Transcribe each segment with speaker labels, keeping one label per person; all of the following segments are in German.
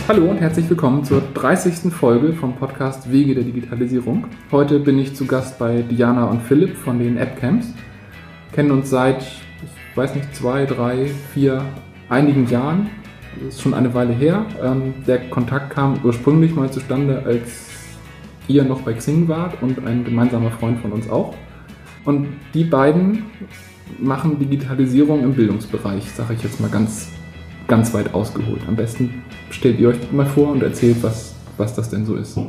Speaker 1: Hallo und herzlich willkommen zur 30. Folge vom Podcast Wege der Digitalisierung. Heute bin ich zu Gast bei Diana und Philipp von den AppCamps. Kennen uns seit, ich weiß nicht, 2, 3, 4, einigen Jahren. Das ist schon eine Weile her. Der Kontakt kam ursprünglich mal zustande, als ihr noch bei Xing wart und ein gemeinsamer Freund von uns auch. Und die beiden machen Digitalisierung im Bildungsbereich, sage ich jetzt mal ganz weit ausgeholt. Am besten stellt ihr euch mal vor und erzählt, was das denn so ist.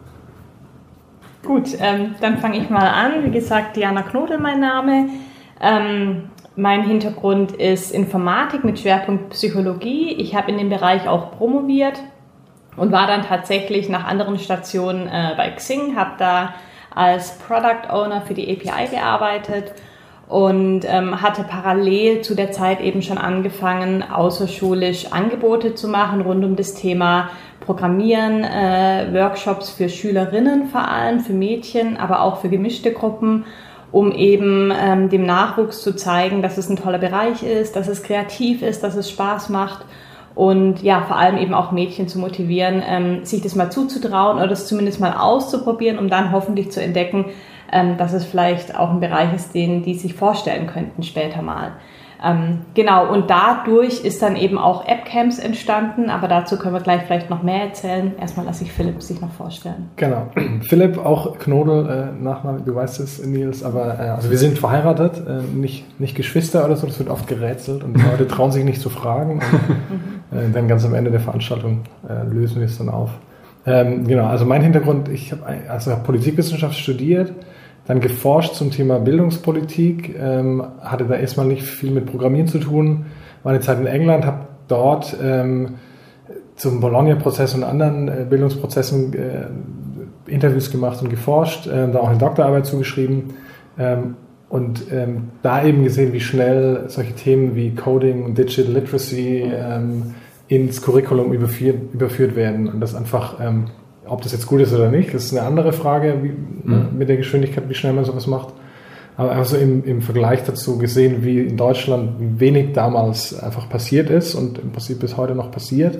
Speaker 2: Gut, dann fange ich mal an. Wie gesagt, Diana Knodel mein Name. Mein Hintergrund ist Informatik mit Schwerpunkt Psychologie. Ich habe in dem Bereich auch promoviert und war dann tatsächlich nach anderen Stationen bei Xing, habe da als Product Owner für die API gearbeitet und hatte parallel zu der Zeit eben schon angefangen, außerschulisch Angebote zu machen rund um das Thema Programmieren, Workshops für Schülerinnen vor allem, für Mädchen, aber auch für gemischte Gruppen, um eben dem Nachwuchs zu zeigen, dass es ein toller Bereich ist, dass es kreativ ist, dass es Spaß macht und ja, vor allem eben auch Mädchen zu motivieren, sich das mal zuzutrauen oder das zumindest mal auszuprobieren, um dann hoffentlich zu entdecken, dass es vielleicht auch ein Bereich ist, den die sich vorstellen könnten später mal. Genau, und dadurch ist dann eben auch AppCamps entstanden, aber dazu können wir gleich vielleicht noch mehr erzählen. Erstmal lasse ich Philipp sich noch vorstellen.
Speaker 3: Genau, Philipp, auch Knodel, Nachname, du weißt es, Nils, aber also wir sind verheiratet, nicht Geschwister oder so, das wird oft gerätselt und die Leute trauen sich nicht zu fragen und dann ganz am Ende der Veranstaltung lösen wir es dann auf. Genau, also mein Hintergrund, ich habe Politikwissenschaft studiert, dann geforscht zum Thema Bildungspolitik, hatte da erstmal nicht viel mit Programmieren zu tun, war eine Zeit in England, habe dort zum Bologna-Prozess und anderen Bildungsprozessen Interviews gemacht und geforscht, da auch eine Doktorarbeit zugeschrieben und da eben gesehen, wie schnell solche Themen wie Coding und Digital Literacy ins Curriculum überführt werden und das einfach ob das jetzt gut ist oder nicht, das ist eine andere Frage mit der Geschwindigkeit, wie schnell man sowas macht. Aber also im Vergleich dazu gesehen, wie in Deutschland, wie wenig damals einfach passiert ist und im Prinzip bis heute noch passiert.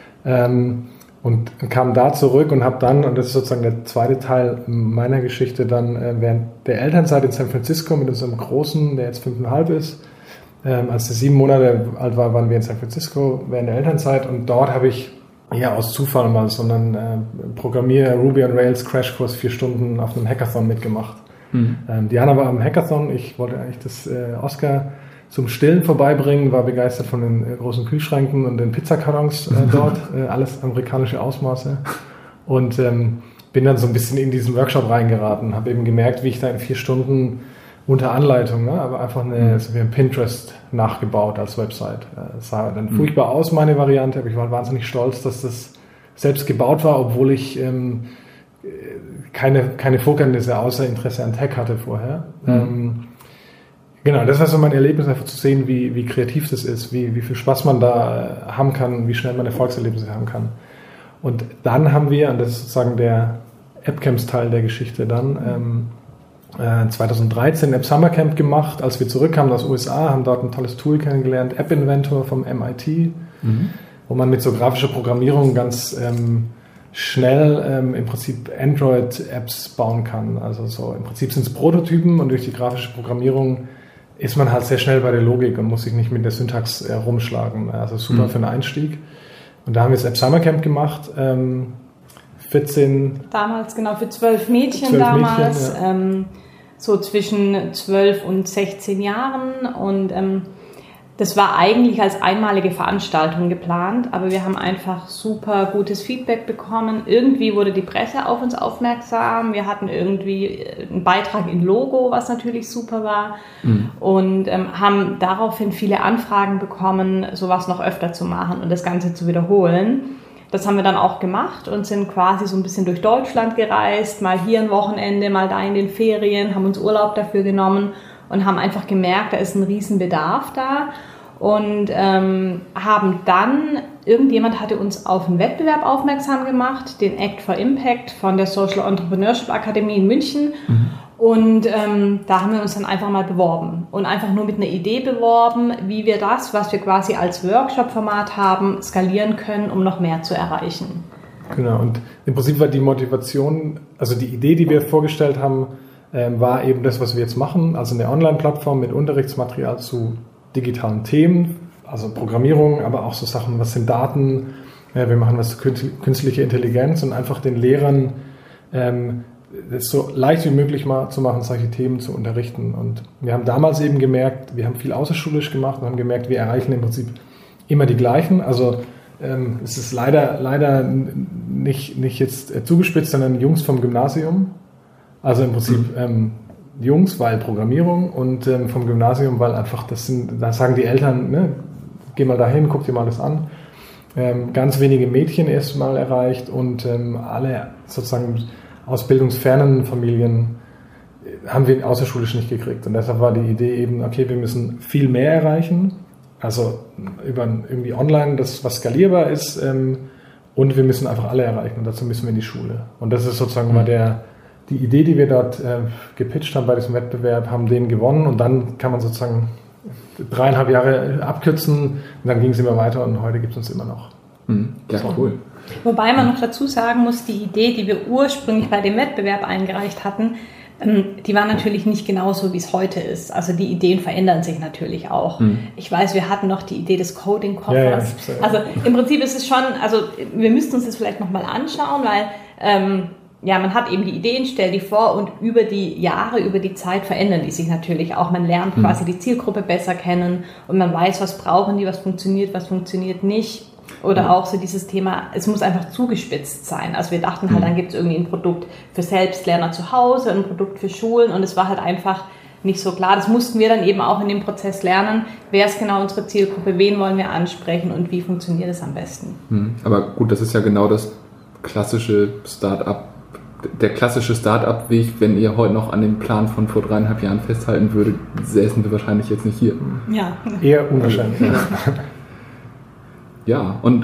Speaker 3: Und kam da zurück und habe dann, und das ist sozusagen der zweite Teil meiner Geschichte, dann während der Elternzeit in San Francisco mit unserem Großen, der jetzt 5,5 ist, als er 7 Monate alt war, waren wir in San Francisco während der Elternzeit und dort habe ich aus Zufall mal, sondern Ruby on Rails Crashkurs 4 Stunden auf einem Hackathon mitgemacht. Diana war am Hackathon, ich wollte eigentlich das Oscar zum Stillen vorbeibringen, war begeistert von den großen Kühlschränken und den Pizzakartons dort, alles amerikanische Ausmaße und bin dann so ein bisschen in diesen Workshop reingeraten, habe eben gemerkt, wie ich da in 4 Stunden unter Anleitung, aber einfach so wie ein Pinterest nachgebaut als Website. Es sah dann furchtbar aus, meine Variante, aber ich war wahnsinnig stolz, dass das selbst gebaut war, obwohl ich keine Vorkenntnisse außer Interesse an Tech hatte vorher. Genau, das war so mein Erlebnis, einfach zu sehen, wie kreativ das ist, wie viel Spaß man da haben kann, wie schnell man Erfolgserlebnisse haben kann. Und dann haben wir, und das ist sozusagen der AppCamps-Teil der Geschichte dann, 2013 App Summer Camp gemacht, als wir zurückkamen aus den USA, haben dort ein tolles Tool kennengelernt, App Inventor vom MIT, wo man mit so grafischer Programmierung ganz schnell im Prinzip Android-Apps bauen kann. Also so im Prinzip sind es Prototypen und durch die grafische Programmierung ist man halt sehr schnell bei der Logik und muss sich nicht mit der Syntax rumschlagen. Also super für einen Einstieg. Und da haben wir das App Summer Camp gemacht. 14.
Speaker 2: Damals, genau, für 12 Mädchen damals, Mädchen, so zwischen 12 und 16 Jahren und das war eigentlich als einmalige Veranstaltung geplant, aber wir haben einfach super gutes Feedback bekommen. Irgendwie wurde die Presse auf uns aufmerksam, wir hatten irgendwie einen Beitrag in Logo, was natürlich super war und haben daraufhin viele Anfragen bekommen, sowas noch öfter zu machen und das Ganze zu wiederholen. Das haben wir dann auch gemacht und sind quasi so ein bisschen durch Deutschland gereist, mal hier ein Wochenende, mal da in den Ferien, haben uns Urlaub dafür genommen und haben einfach gemerkt, da ist ein riesen Bedarf da und haben dann, irgendjemand hatte uns auf einen Wettbewerb aufmerksam gemacht, den Act for Impact von der Social Entrepreneurship Akademie in München Und da haben wir uns dann einfach mal beworben und einfach nur mit einer Idee beworben, wie wir das, was wir quasi als Workshop-Format haben, skalieren können, um noch mehr zu erreichen.
Speaker 3: Genau, und im Prinzip war die Motivation, also die Idee, die wir vorgestellt haben, war eben das, was wir jetzt machen, also eine Online-Plattform mit Unterrichtsmaterial zu digitalen Themen, also Programmierung, aber auch so Sachen, was sind Daten, wir machen was zu künstlicher Intelligenz und einfach den Lehrern das so leicht wie möglich mal zu machen, solche Themen zu unterrichten. Und wir haben damals eben gemerkt, wir haben viel außerschulisch gemacht und haben gemerkt, wir erreichen im Prinzip immer die gleichen. Also es ist leider nicht jetzt zugespitzt, sondern Jungs vom Gymnasium. Also im Prinzip Jungs, weil Programmierung und vom Gymnasium, weil einfach da sagen die Eltern, ne, geh mal dahin, guck dir mal das an. Ganz wenige Mädchen erst mal erreicht und alle sozusagen aus bildungsfernen Familien haben wir außerschulisch nicht gekriegt. Und deshalb war die Idee eben, okay, wir müssen viel mehr erreichen, also über irgendwie online, das was skalierbar ist, und wir müssen einfach alle erreichen und dazu müssen wir in die Schule. Und das ist sozusagen mal die Idee, die wir dort gepitcht haben bei diesem Wettbewerb, haben den gewonnen und dann kann man sozusagen 3,5 Jahre abkürzen und dann ging es immer weiter und heute gibt es uns immer noch.
Speaker 1: Ja, cool.
Speaker 2: Wobei man noch dazu sagen muss, die Idee, die wir ursprünglich bei dem Wettbewerb eingereicht hatten, die war natürlich nicht genauso, wie es heute ist. Also die Ideen verändern sich natürlich auch. Ich weiß, wir hatten noch die Idee des Coding-Koffers. Ja. Also im Prinzip ist es schon, also wir müssten uns das vielleicht nochmal anschauen, weil man hat eben die Ideen, stellt die vor und über die Jahre, über die Zeit verändern die sich natürlich auch. Man lernt quasi die Zielgruppe besser kennen und man weiß, was brauchen die, was funktioniert nicht. Oder auch so dieses Thema, es muss einfach zugespitzt sein. Also wir dachten halt, dann gibt es irgendwie ein Produkt für Selbstlerner zu Hause, ein Produkt für Schulen und es war halt einfach nicht so klar. Das mussten wir dann eben auch in dem Prozess lernen. Wer ist genau unsere Zielgruppe, wen wollen wir ansprechen und wie funktioniert es am besten?
Speaker 1: Aber gut, das ist ja genau das klassische der klassische Start-up-Weg. Wenn ihr heute noch an dem Plan von vor 3,5 Jahren festhalten würdet, säßen wir wahrscheinlich jetzt nicht hier.
Speaker 2: Ja.
Speaker 3: Eher unwahrscheinlich.
Speaker 1: Ja, und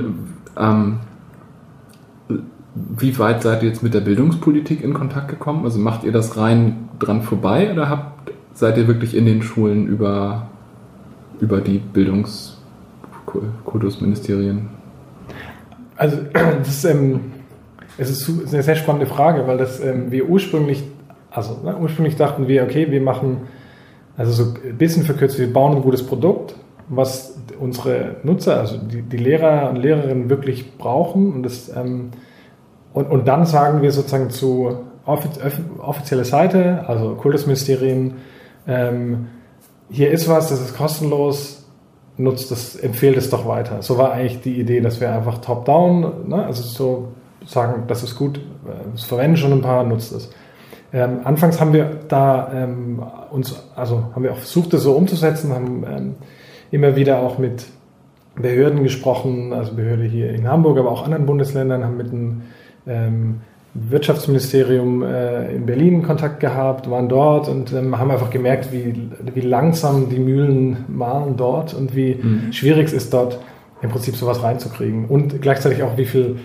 Speaker 1: wie weit seid ihr jetzt mit der Bildungspolitik in Kontakt gekommen? Also macht ihr das rein dran vorbei oder seid ihr wirklich in den Schulen über die Kultusministerien?
Speaker 3: Also es ist eine sehr spannende Frage, weil wir ursprünglich dachten wir, okay, wir machen, also so ein bisschen verkürzt, wir bauen ein gutes Produkt, was unsere Nutzer, also die Lehrer und Lehrerinnen wirklich brauchen und dann sagen wir sozusagen zu offizieller Seite, also Kultusministerien, hier ist was, das ist kostenlos, nutzt das, empfehlt es doch weiter. So war eigentlich die Idee, dass wir einfach top-down, ne, also so sagen, das ist gut, das verwenden schon ein paar, nutzt es. Anfangs haben wir da haben wir auch versucht, das so umzusetzen, haben immer wieder auch mit Behörden gesprochen, also Behörde hier in Hamburg, aber auch anderen Bundesländern, haben mit dem Wirtschaftsministerium in Berlin Kontakt gehabt, waren dort und haben einfach gemerkt, wie langsam die Mühlen mahlen dort und wie schwierig es ist, dort im Prinzip sowas reinzukriegen. Und gleichzeitig auch wie viel,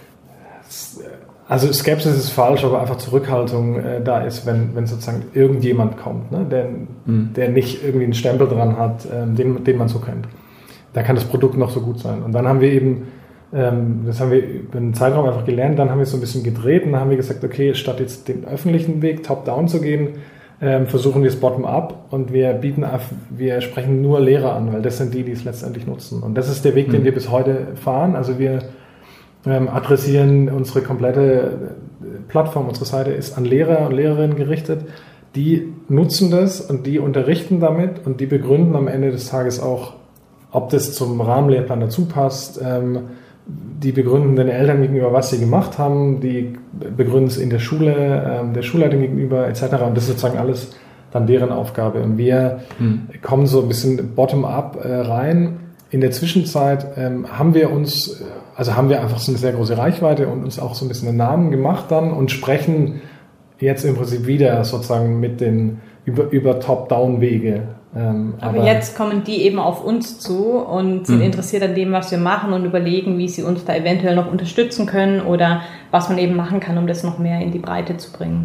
Speaker 3: also Skepsis ist falsch, aber einfach Zurückhaltung da ist, wenn sozusagen irgendjemand kommt, ne, der nicht irgendwie einen Stempel dran hat, den man so kennt. Da kann das Produkt noch so gut sein. Und dann haben wir eben, das haben wir über einen Zeitraum einfach gelernt, dann haben wir es so ein bisschen gedreht und dann haben wir gesagt, okay, statt jetzt den öffentlichen Weg top-down zu gehen, versuchen wir es bottom-up und wir sprechen nur Lehrer an, weil das sind die es letztendlich nutzen. Und das ist der Weg, den wir bis heute fahren. Also wir adressieren unsere komplette Plattform, unsere Seite ist an Lehrer und Lehrerinnen gerichtet. Die nutzen das und die unterrichten damit und die begründen am Ende des Tages auch, ob das zum Rahmenlehrplan dazu passt. Die begründen den Eltern gegenüber, was sie gemacht haben. Die begründen es in der Schule, der Schulleitung gegenüber etc. Und das ist sozusagen alles dann deren Aufgabe. Und wir kommen so ein bisschen bottom-up rein. In der Zwischenzeit haben wir einfach so eine sehr große Reichweite und uns auch so ein bisschen einen Namen gemacht dann und sprechen jetzt im Prinzip wieder sozusagen mit über Top-Down-Wege.
Speaker 2: Aber jetzt kommen die eben auf uns zu und sind interessiert an dem, was wir machen und überlegen, wie sie uns da eventuell noch unterstützen können oder was man eben machen kann, um das noch mehr in die Breite zu bringen.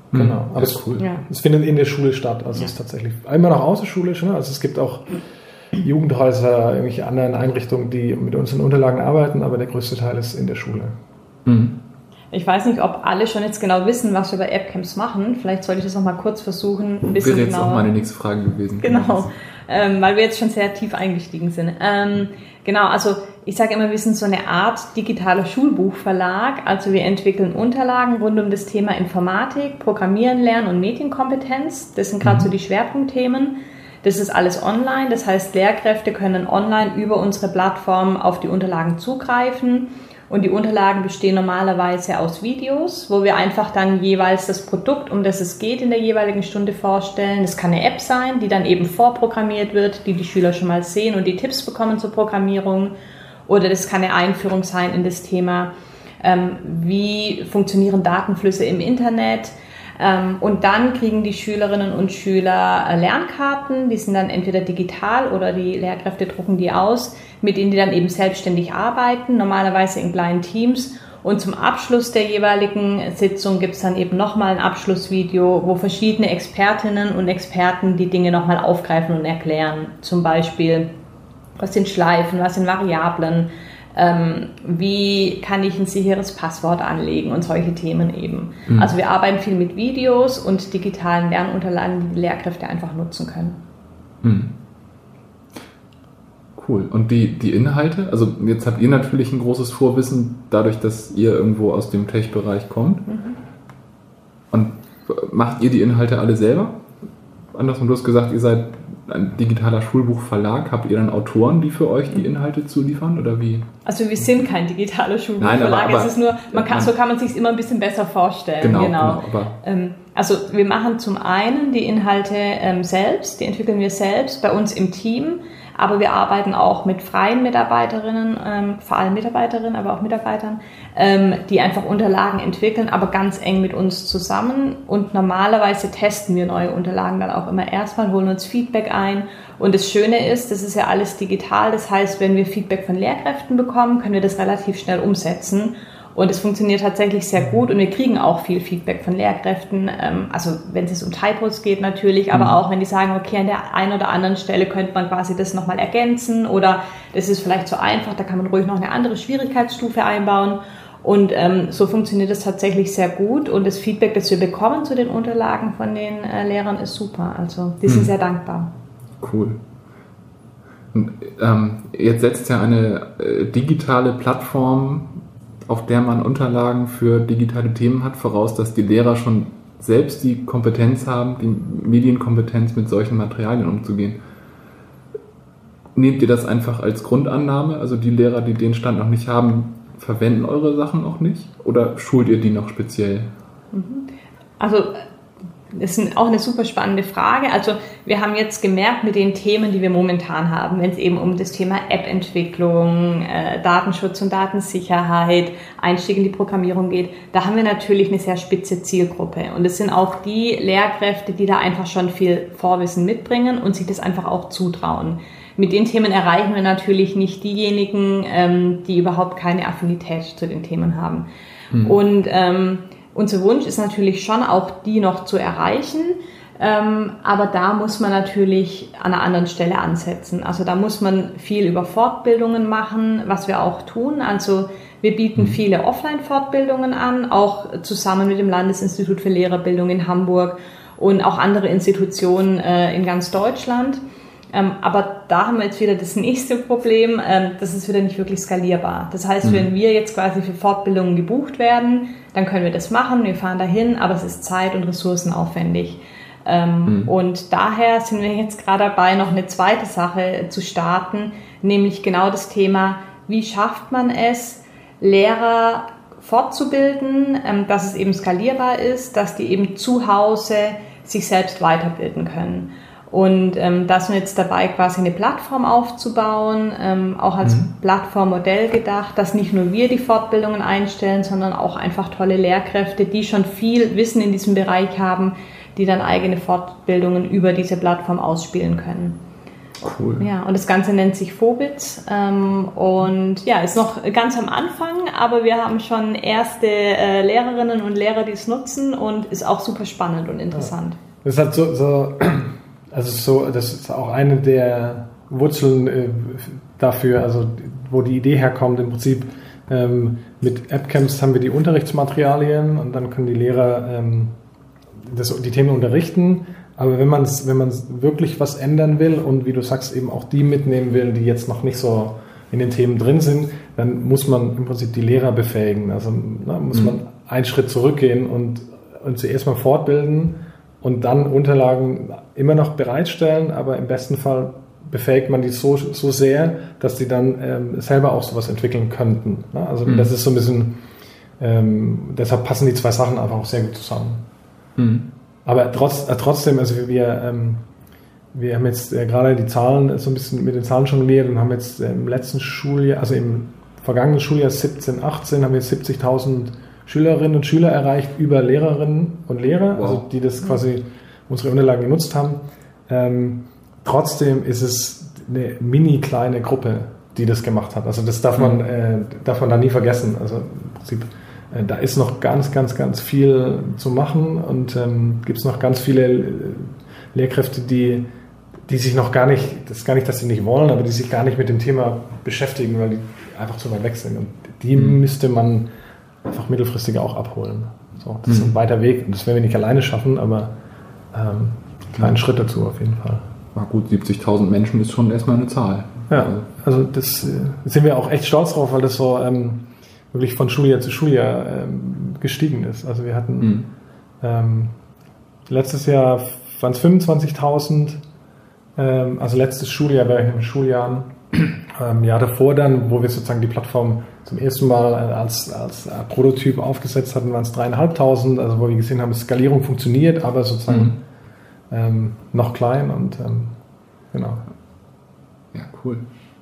Speaker 3: Genau, aber
Speaker 1: das ist cool.
Speaker 3: Es findet in der Schule statt. Also es ist tatsächlich immer noch außerschulisch. Ne? Also es gibt auch Jugendhäuser, irgendwelche anderen Einrichtungen, die mit unseren Unterlagen arbeiten, aber der größte Teil ist in der Schule.
Speaker 2: Ich weiß nicht, ob alle schon jetzt genau wissen, was wir bei AppCamps machen. Vielleicht sollte ich das noch mal kurz versuchen. Ein bisschen
Speaker 1: wäre jetzt auch meine nächste Frage gewesen.
Speaker 2: Genau, weil wir jetzt schon sehr tief eingestiegen sind. Genau, also ich sage immer, wir sind so eine Art digitaler Schulbuchverlag. Also wir entwickeln Unterlagen rund um das Thema Informatik, Programmieren, Lernen und Medienkompetenz. Das sind gerade so die Schwerpunktthemen. Das ist alles online. Das heißt, Lehrkräfte können online über unsere Plattform auf die Unterlagen zugreifen. Und die Unterlagen bestehen normalerweise aus Videos, wo wir einfach dann jeweils das Produkt, um das es geht, in der jeweiligen Stunde vorstellen. Das kann eine App sein, die dann eben vorprogrammiert wird, die Schüler schon mal sehen und die Tipps bekommen zur Programmierung. Oder das kann eine Einführung sein in das Thema, wie funktionieren Datenflüsse im Internet. Und dann kriegen die Schülerinnen und Schüler Lernkarten, die sind dann entweder digital oder die Lehrkräfte drucken die aus, mit denen die dann eben selbstständig arbeiten, normalerweise in kleinen Teams. Und zum Abschluss der jeweiligen Sitzung gibt es dann eben nochmal ein Abschlussvideo, wo verschiedene Expertinnen und Experten die Dinge nochmal aufgreifen und erklären. Zum Beispiel, was sind Schleifen, was sind Variablen, wie kann ich ein sicheres Passwort anlegen und solche Themen eben. Also wir arbeiten viel mit Videos und digitalen Lernunterlagen, die Lehrkräfte einfach nutzen können.
Speaker 1: Cool. Und die Inhalte? Also jetzt habt ihr natürlich ein großes Vorwissen, dadurch, dass ihr irgendwo aus dem Tech-Bereich kommt. Und macht ihr die Inhalte alle selber? Andersrum, du hast gesagt, ihr seid ein digitaler Schulbuchverlag. Habt ihr dann Autoren, die für euch die Inhalte zuliefern oder wie? Also
Speaker 2: wir sind kein digitaler Schulbuchverlag. Es ist nur, so kann man sich es immer ein bisschen besser vorstellen. Genau. Also wir machen zum einen die Inhalte selbst, die entwickeln wir selbst bei uns im Team. Aber wir arbeiten auch mit freien Mitarbeiterinnen, vor allem Mitarbeiterinnen, aber auch Mitarbeitern, die einfach Unterlagen entwickeln, aber ganz eng mit uns zusammen. Und normalerweise testen wir neue Unterlagen dann auch immer erstmal, holen uns Feedback ein. Und das Schöne ist, das ist ja alles digital. Das heißt, wenn wir Feedback von Lehrkräften bekommen, können wir das relativ schnell umsetzen. Und es funktioniert tatsächlich sehr gut und wir kriegen auch viel Feedback von Lehrkräften, also wenn es um Typos geht natürlich, aber auch wenn die sagen, okay, an der einen oder anderen Stelle könnte man quasi das nochmal ergänzen oder das ist vielleicht zu einfach, da kann man ruhig noch eine andere Schwierigkeitsstufe einbauen. Und so funktioniert es tatsächlich sehr gut und das Feedback, das wir bekommen zu den Unterlagen von den Lehrern, ist super. Also die sind sehr dankbar.
Speaker 1: Cool. Und, jetzt setzt ja eine digitale Plattform, auf der man Unterlagen für digitale Themen hat, voraus, dass die Lehrer schon selbst die Kompetenz haben, die Medienkompetenz mit solchen Materialien umzugehen. Nehmt ihr das einfach als Grundannahme? Also die Lehrer, die den Stand noch nicht haben, verwenden eure Sachen auch nicht? Oder schult ihr die noch speziell?
Speaker 2: Also das ist auch eine super spannende Frage. Also wir haben jetzt gemerkt mit den Themen, die wir momentan haben, wenn es eben um das Thema App-Entwicklung, Datenschutz und Datensicherheit, Einstieg in die Programmierung geht, da haben wir natürlich eine sehr spitze Zielgruppe. Und es sind auch die Lehrkräfte, die da einfach schon viel Vorwissen mitbringen und sich das einfach auch zutrauen. Mit den Themen erreichen wir natürlich nicht diejenigen, die überhaupt keine Affinität zu den Themen haben. Und unser Wunsch ist natürlich schon auch, die noch zu erreichen, aber da muss man natürlich an einer anderen Stelle ansetzen. Also da muss man viel über Fortbildungen machen, was wir auch tun. Also wir bieten viele Offline-Fortbildungen an, auch zusammen mit dem Landesinstitut für Lehrerbildung in Hamburg und auch andere Institutionen in ganz Deutschland. Aber da haben wir jetzt wieder das nächste Problem, das ist wieder nicht wirklich skalierbar. Das heißt, wenn wir jetzt quasi für Fortbildungen gebucht werden, dann können wir das machen, wir fahren dahin, aber es ist zeit- und ressourcenaufwendig. Und daher sind wir jetzt gerade dabei, noch eine zweite Sache zu starten, nämlich genau das Thema, wie schafft man es, Lehrer fortzubilden, dass es eben skalierbar ist, dass die eben zu Hause sich selbst weiterbilden können. Und da sind wir jetzt dabei, quasi eine Plattform aufzubauen, auch als Plattformmodell gedacht, dass nicht nur wir die Fortbildungen einstellen, sondern auch einfach tolle Lehrkräfte, die schon viel Wissen in diesem Bereich haben, die dann eigene Fortbildungen über diese Plattform ausspielen können.
Speaker 1: Cool.
Speaker 2: Ja, und das Ganze nennt sich Phobit und ja, ist noch ganz am Anfang, aber wir haben schon erste Lehrerinnen und Lehrer, die es nutzen und ist auch super spannend und interessant.
Speaker 3: Das ist halt das ist auch eine der Wurzeln dafür, also wo die Idee herkommt, im Prinzip mit AppCamps haben wir die Unterrichtsmaterialien und dann können die Lehrer die Themen unterrichten. Aber wenn man wirklich was ändern will und wie du sagst, eben auch die mitnehmen will, die jetzt noch nicht so in den Themen drin sind, dann muss man im Prinzip die Lehrer befähigen. Also muss man einen Schritt zurückgehen und zuerst mal fortbilden und dann Unterlagen immer noch bereitstellen, aber im besten Fall befähigt man die so sehr, dass die dann selber auch sowas entwickeln könnten. Also das ist so ein bisschen, deshalb passen die zwei Sachen einfach auch sehr gut zusammen. Aber trotzdem, also wir haben jetzt gerade die Zahlen, so ein bisschen mit den Zahlen jongliert und haben jetzt im letzten Schuljahr, also im vergangenen Schuljahr 17, 18, haben wir jetzt 70.000 Schülerinnen und Schüler erreicht über Lehrerinnen und Lehrer, wow. Also die das quasi unsere Unterlagen genutzt haben. Trotzdem ist es eine mini kleine Gruppe, die das gemacht hat. Also das darf man da nie vergessen. Also im Prinzip da ist noch ganz, ganz, ganz viel zu machen und gibt es noch ganz viele Lehrkräfte, die sich noch gar nicht, das ist gar nicht, dass sie nicht wollen, aber die sich gar nicht mit dem Thema beschäftigen, weil die einfach zu weit weg sind. Und die müsste man einfach mittelfristig auch abholen. So, das ist ein weiter Weg und das werden wir nicht alleine schaffen, aber kleinen Schritt dazu auf jeden Fall.
Speaker 1: Na gut, 70.000 Menschen ist schon erstmal eine Zahl.
Speaker 3: Ja, also das sind wir auch echt stolz drauf, weil das so wirklich von Schuljahr zu Schuljahr gestiegen ist. Also wir hatten letztes Jahr waren es 25.000, also letztes Schuljahr, bei den Schuljahren. Jahr davor dann, wo wir sozusagen die Plattform zum ersten Mal als Prototyp aufgesetzt hatten, waren es 3.500, also wo wir gesehen haben, Skalierung funktioniert, aber sozusagen noch klein und genau.
Speaker 1: Ja, cool.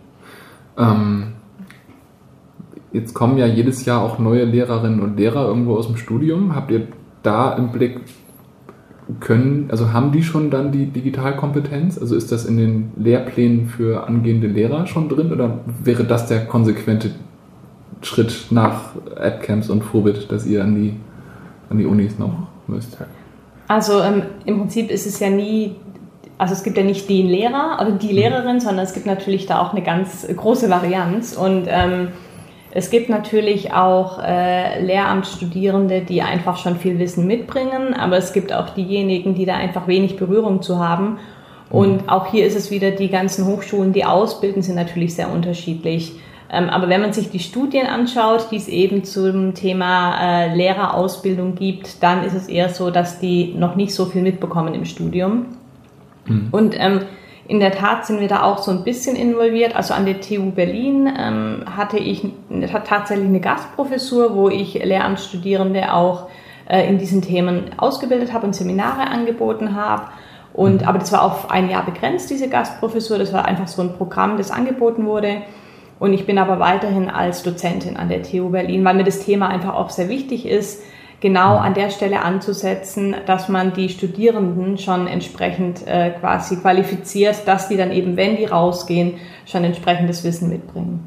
Speaker 1: Jetzt kommen ja jedes Jahr auch neue Lehrerinnen und Lehrer irgendwo aus dem Studium. Habt ihr da im Blick haben die schon dann die Digitalkompetenz? Also ist das in den Lehrplänen für angehende Lehrer schon drin oder wäre das der konsequente Schritt nach AppCamps und Phobit, dass ihr an die Unis noch müsst?
Speaker 2: Also im Prinzip ist es ja es gibt ja nicht den Lehrer oder die Lehrerin, sondern es gibt natürlich da auch eine ganz große Varianz und es gibt natürlich auch Lehramtsstudierende, die einfach schon viel Wissen mitbringen, aber es gibt auch diejenigen, die da einfach wenig Berührung zu haben. Und auch hier ist es wieder, die ganzen Hochschulen, die ausbilden, sind natürlich sehr unterschiedlich. Aber wenn man sich die Studien anschaut, die es eben zum Thema Lehrerausbildung gibt, dann ist es eher so, dass die noch nicht so viel mitbekommen im Studium. Und in der Tat sind wir da auch so ein bisschen involviert. Also an der TU Berlin hatte ich tatsächlich eine Gastprofessur, wo ich Lehramtsstudierende auch in diesen Themen ausgebildet habe und Seminare angeboten habe. Aber das war auf ein Jahr begrenzt, diese Gastprofessur. Das war einfach so ein Programm, das angeboten wurde. Und ich bin aber weiterhin als Dozentin an der TU Berlin, weil mir das Thema einfach auch sehr wichtig ist, genau an der Stelle anzusetzen, dass man die Studierenden schon entsprechend quasi qualifiziert, dass die dann eben, wenn die rausgehen, schon entsprechendes Wissen mitbringen.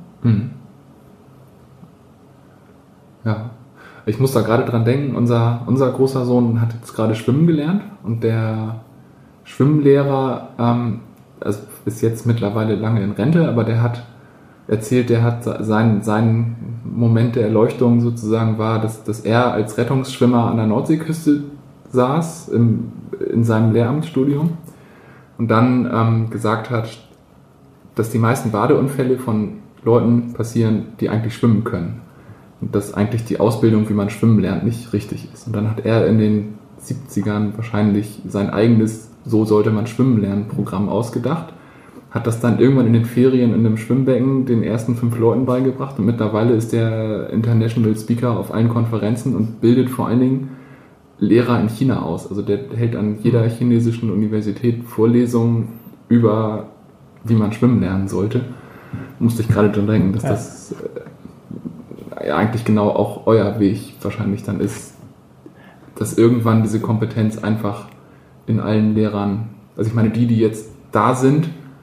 Speaker 1: Ja, ich muss da gerade dran denken, unser großer Sohn hat jetzt gerade Schwimmen gelernt und der Schwimmlehrer ist jetzt mittlerweile lange in Rente, aber der hat erzählt, sein Moment der Erleuchtung sozusagen war, dass er als Rettungsschwimmer an der Nordseeküste saß in seinem Lehramtsstudium und dann gesagt hat, dass die meisten Badeunfälle von Leuten passieren, die eigentlich schwimmen können und dass eigentlich die Ausbildung, wie man schwimmen lernt, nicht richtig ist. Und dann hat er in den 70ern wahrscheinlich sein eigenes "So sollte man schwimmen lernen" Programm ausgedacht, hat das dann irgendwann in den Ferien in einem Schwimmbecken den ersten 5 Leuten beigebracht und mittlerweile ist der International Speaker auf allen Konferenzen und bildet vor allen Dingen Lehrer in China aus. Also der hält an jeder chinesischen Universität Vorlesungen über, wie man schwimmen lernen sollte. Musste ich gerade dran denken, dass das eigentlich genau auch euer Weg wahrscheinlich dann ist, dass irgendwann diese Kompetenz einfach in allen Lehrern, also ich meine, die jetzt da sind,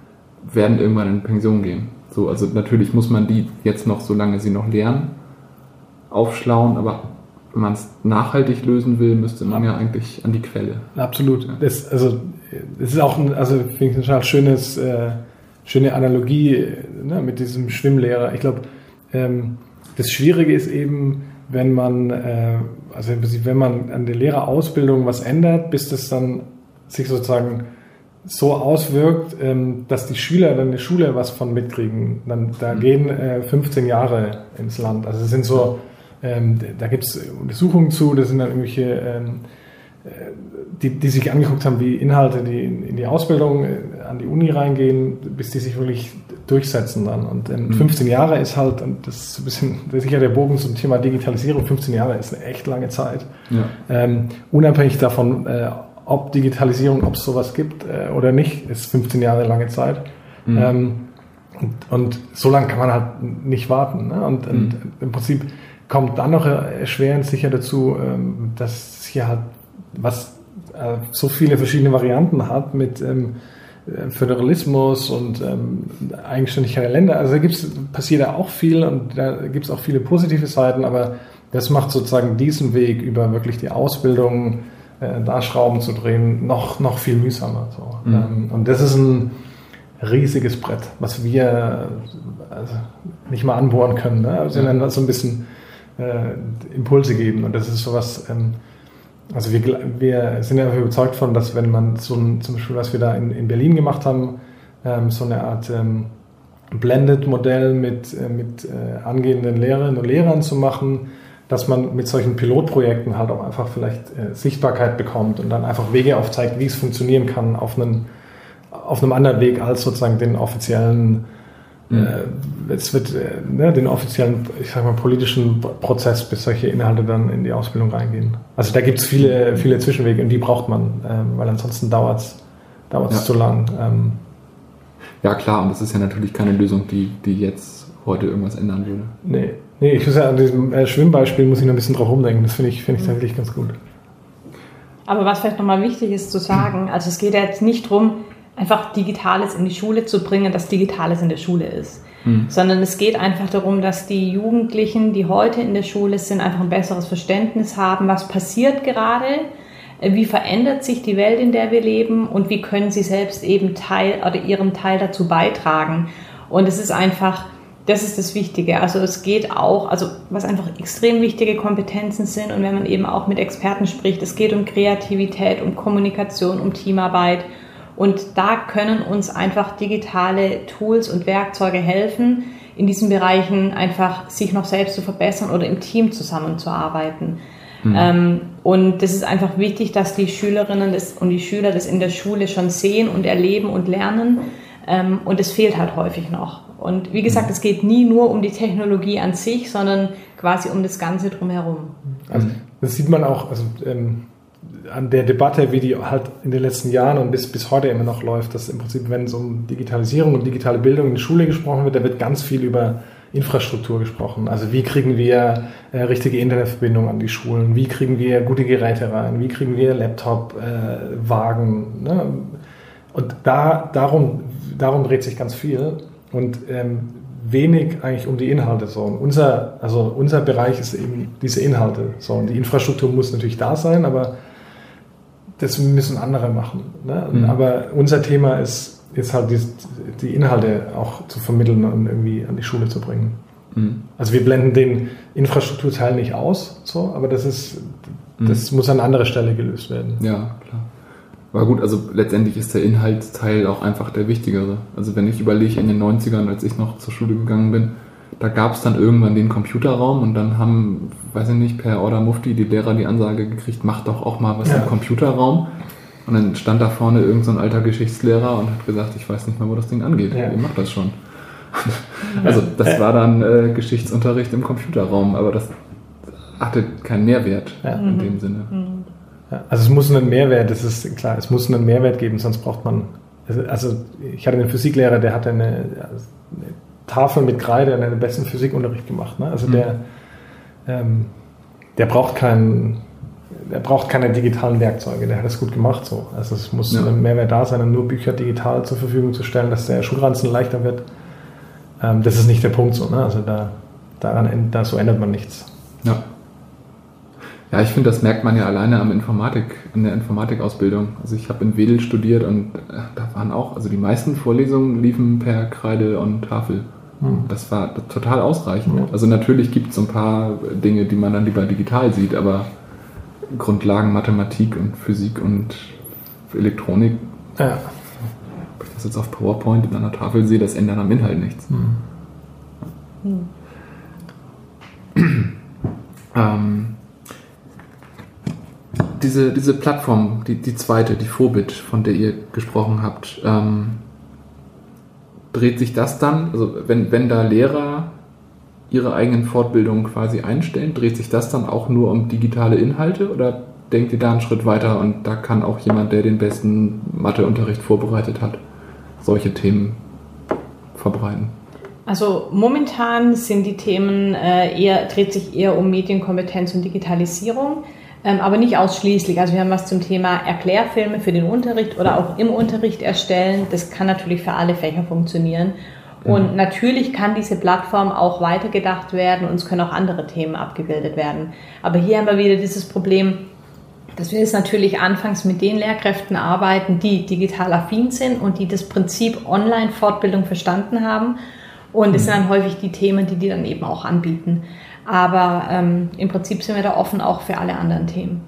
Speaker 1: werden irgendwann in Pension gehen. So, also natürlich muss man die jetzt noch, solange sie noch lernen, aufschlauen, aber wenn man es nachhaltig lösen will, müsste man ja eigentlich an die Quelle.
Speaker 3: Absolut. Ja. Das ist auch finde ich eine total schöne Analogie, ne, mit diesem Schwimmlehrer. Ich glaube, das Schwierige ist eben, wenn man an der Lehrerausbildung was ändert, bis das dann sich sozusagen so auswirkt, dass die Schüler dann in der Schule was von mitkriegen. Da gehen 15 Jahre ins Land. Also es sind so, da gibt es Untersuchungen zu, das sind dann irgendwelche, die sich angeguckt haben, wie Inhalte, die in die Ausbildung an die Uni reingehen, bis die sich wirklich durchsetzen dann. Und 15 Jahre ist halt, und das ist ein bisschen, das ist sicher der Bogen zum Thema Digitalisierung, 15 Jahre ist eine echt lange Zeit. Ja. Unabhängig davon, ob Digitalisierung, ob es sowas gibt oder nicht, ist 15 Jahre lange Zeit. Und so lange kann man halt nicht warten. Ne? Und im Prinzip kommt dann noch erschwerend sicher dazu, dass hier halt so viele verschiedene Varianten hat mit Föderalismus und Eigenständigkeit der Länder. Also passiert da auch viel und da gibt es auch viele positive Seiten, aber das macht sozusagen diesen Weg über wirklich die Ausbildung, da Schrauben zu drehen, noch viel mühsamer. So. Und das ist ein riesiges Brett, was wir nicht mal anbohren können, ne? Sondern so ein bisschen Impulse geben. Und das ist sowas, also wir sind ja überzeugt von, dass wenn man zum Beispiel, was wir da in Berlin gemacht haben, so eine Art Blended-Modell mit angehenden Lehrerinnen und Lehrern zu machen, dass man mit solchen Pilotprojekten halt auch einfach vielleicht Sichtbarkeit bekommt und dann einfach Wege aufzeigt, wie es funktionieren kann auf einem anderen Weg als sozusagen den offiziellen den offiziellen, ich sag mal, politischen Prozess, bis solche Inhalte dann in die Ausbildung reingehen. Also da gibt es viele Zwischenwege und die braucht man, weil ansonsten dauert es zu lang.
Speaker 1: Ja klar, und das ist ja natürlich keine Lösung, die jetzt heute irgendwas ändern würde.
Speaker 3: Nee, ich muss ja an diesem Schwimmbeispiel muss ich noch ein bisschen drauf rumdenken. Das finde ich tatsächlich ganz gut.
Speaker 2: Aber was vielleicht nochmal wichtig ist zu sagen, also es geht ja jetzt nicht darum, einfach Digitales in die Schule zu bringen, dass Digitales in der Schule ist. Sondern es geht einfach darum, dass die Jugendlichen, die heute in der Schule sind, einfach ein besseres Verständnis haben, was passiert gerade, wie verändert sich die Welt, in der wir leben und wie können sie selbst eben ihren Teil dazu beitragen. Und es ist einfach, das ist das Wichtige. Also es geht auch, also was einfach extrem wichtige Kompetenzen sind und wenn man eben auch mit Experten spricht, es geht um Kreativität, um Kommunikation, um Teamarbeit. Und da können uns einfach digitale Tools und Werkzeuge helfen, in diesen Bereichen einfach sich noch selbst zu verbessern oder im Team zusammenzuarbeiten. Und das ist einfach wichtig, dass die Schülerinnen und die Schüler das in der Schule schon sehen und erleben und lernen. Und es fehlt halt häufig noch. Und wie gesagt, es geht nie nur um die Technologie an sich, sondern quasi um das Ganze drumherum.
Speaker 3: Also das sieht man auch, also an der Debatte, wie die halt in den letzten Jahren und bis heute immer noch läuft, dass im Prinzip, wenn es um Digitalisierung und digitale Bildung in der Schule gesprochen wird, da wird ganz viel über Infrastruktur gesprochen. Also wie kriegen wir richtige Internetverbindungen an die Schulen? Wie kriegen wir gute Geräte rein? Wie kriegen wir Laptop-Wagen? Ne? Und darum dreht sich ganz viel und wenig eigentlich um die Inhalte. So. Und unser Bereich ist eben diese Inhalte. So. Und die Infrastruktur muss natürlich da sein, aber das müssen andere machen. Ne? Aber unser Thema ist halt die Inhalte auch zu vermitteln und irgendwie an die Schule zu bringen. Also wir blenden den Infrastrukturteil nicht aus, so, aber das muss an anderer Stelle gelöst werden.
Speaker 1: Ja, klar. Aber gut, also letztendlich ist der Inhaltsteil auch einfach der wichtigere. Also wenn ich überlege, in den 90ern, als ich noch zur Schule gegangen bin, da gab es dann irgendwann den Computerraum und dann haben, weiß ich nicht, per Order Mufti die Lehrer die Ansage gekriegt, mach doch auch mal was im Computerraum. Und dann stand da vorne irgend so ein alter Geschichtslehrer und hat gesagt, ich weiß nicht mal, wo das Ding angeht. Ja. Ihr macht das schon. Also das war dann Geschichtsunterricht im Computerraum, aber das hatte keinen Mehrwert in dem Sinne.
Speaker 3: Ja, also es muss einen Mehrwert, das ist klar, es muss einen Mehrwert geben, sonst braucht man, also ich hatte einen Physiklehrer, der hatte eine Tafel mit Kreide und einen besten Physikunterricht gemacht. Ne? Also der braucht keinen er braucht keine digitalen Werkzeuge, der hat das gut gemacht so. Also es muss ein Mehrwert da sein, nur Bücher digital zur Verfügung zu stellen, dass der Schulranzen leichter wird. Das ist nicht der Punkt so, ne? Also so ändert man nichts.
Speaker 1: Ja. Ja, ich finde, das merkt man ja alleine in der Informatikausbildung. Also ich habe in Wedel studiert und da waren auch, also die meisten Vorlesungen liefen per Kreide und Tafel. Das war total ausreichend. Ja. Also natürlich gibt es so ein paar Dinge, die man dann lieber digital sieht, aber Grundlagen Mathematik und Physik und Elektronik, wenn ich das jetzt auf PowerPoint in einer Tafel sehe, das ändert am Inhalt nichts. Diese Plattform, die zweite, die Phobit, von der ihr gesprochen habt, dreht sich das dann, also wenn da Lehrer ihre eigenen Fortbildungen quasi einstellen, dreht sich das dann auch nur um digitale Inhalte oder denkt ihr da einen Schritt weiter und da kann auch jemand, der den besten Matheunterricht vorbereitet hat, solche Themen verbreiten?
Speaker 2: Also momentan sind die Themen dreht sich eher um Medienkompetenz und Digitalisierung, aber nicht ausschließlich. Also wir haben was zum Thema Erklärfilme für den Unterricht oder auch im Unterricht erstellen. Das kann natürlich für alle Fächer funktionieren. Und natürlich kann diese Plattform auch weitergedacht werden und es können auch andere Themen abgebildet werden. Aber hier haben wir wieder dieses Problem, dass wir jetzt natürlich anfangs mit den Lehrkräften arbeiten, die digital affin sind und die das Prinzip Online-Fortbildung verstanden haben. Und es sind dann häufig die Themen, die dann eben auch anbieten. Aber im Prinzip sind wir da offen auch für alle anderen Themen.